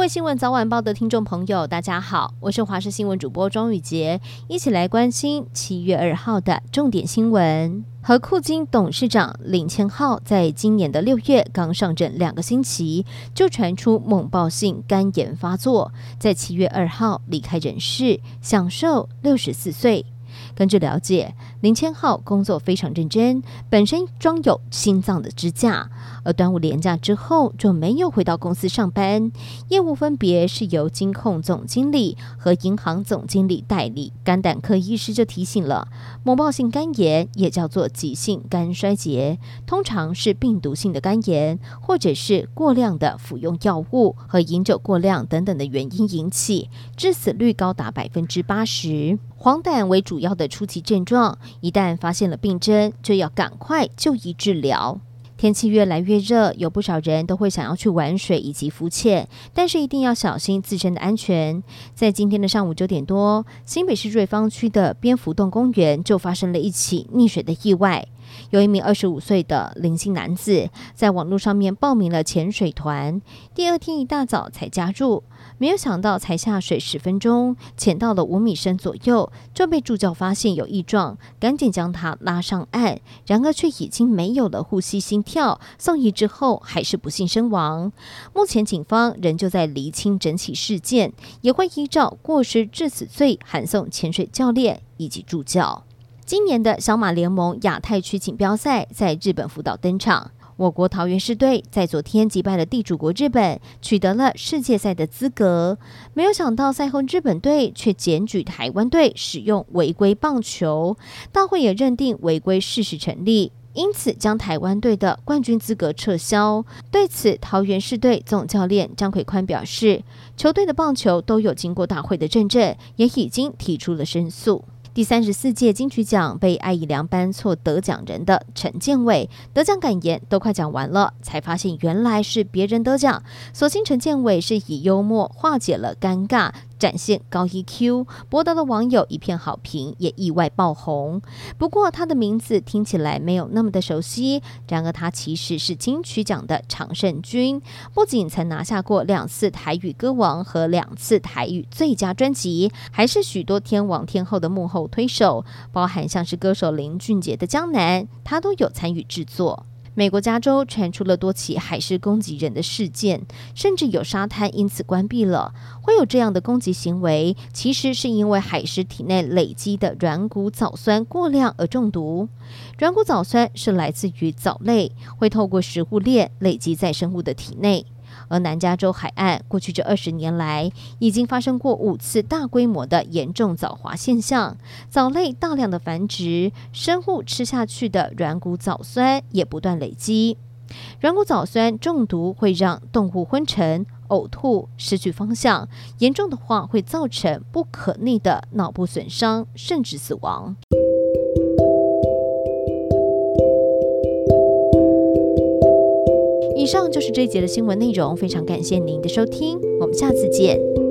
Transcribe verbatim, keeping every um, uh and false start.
位新闻早晚报的听众朋友，大家好，我是华视新闻主播庄宇杰，一起来关心七月二号的重点新闻。和库金董事长林千浩在今年的六月刚上任两个星期，就传出猛爆性肝炎发作，在七月二号离开人世，享寿六十四岁。根据了解，林千浩工作非常认真，本身装有心脏的支架，而端午连假之后就没有回到公司上班，业务分别是由金控总经理和银行总经理代理。肝胆科医师就提醒了，猛爆性肝炎也叫做急性肝衰竭，通常是病毒性的肝炎，或者是过量的服用药物和饮酒过量等等的原因引起，致死率高达百分之八十。黄疸为主要的初期症状，一旦发现了病症，就要赶快就医治疗。天气越来越热，有不少人都会想要去玩水以及浮潜，但是一定要小心自身的安全。在今天的上午九点多，新北市瑞芳区的蝙蝠洞公园就发生了一起溺水的意外。有一名二十五岁的林姓男子在网络上面报名了潜水团，第二天一大早才加入，没有想到才下水十分钟，潜到了五米深左右，就被助教发现有异状，赶紧将他拉上岸，然而却已经没有了呼吸心跳，送医之后还是不幸身亡。目前警方仍旧在厘清整起事件，也会依照过失致死罪函送潜水教练以及助教。今年的小马联盟亚太区锦标赛在日本福岛登场，我国桃园市队在昨天击败了地主国日本，取得了世界赛的资格。没有想到赛后日本队却检举台湾队使用违规棒球，大会也认定违规事实成立，因此将台湾队的冠军资格撤销。对此，桃园市队总教练张奎宽表示，球队的棒球都有经过大会的认证，也已经提出了申诉。第三十四届金曲奖被艾怡良颁错得奖人的陈建伟，得奖感言都快讲完了，才发现原来是别人得奖。所幸陈建伟是以幽默化解了尴尬，展现高 E Q， 博得了网友一片好评，也意外爆红。不过他的名字听起来没有那么的熟悉，然而他其实是金曲奖的常胜军，不仅曾拿下过两次台语歌王和两次台语最佳专辑，还是许多天王天后的幕后推手，包含像是歌手林俊杰的《江南》，他都有参与制作。美国加州传出了多起海狮攻击人的事件，甚至有沙滩因此关闭了。会有这样的攻击行为，其实是因为海狮体内累积的软骨藻酸过量而中毒。软骨藻酸是来自于藻类，会透过食物链累积在生物的体内。而南加州海岸过去这二十年来，已经发生过五次大规模的严重藻华现象，藻类大量的繁殖，生物吃下去的软骨藻酸也不断累积。软骨藻酸中毒会让动物昏沉、呕吐、失去方向，严重的话会造成不可逆的脑部损伤，甚至死亡。以上就是这一节的新闻内容，非常感谢您的收听，我们下次见。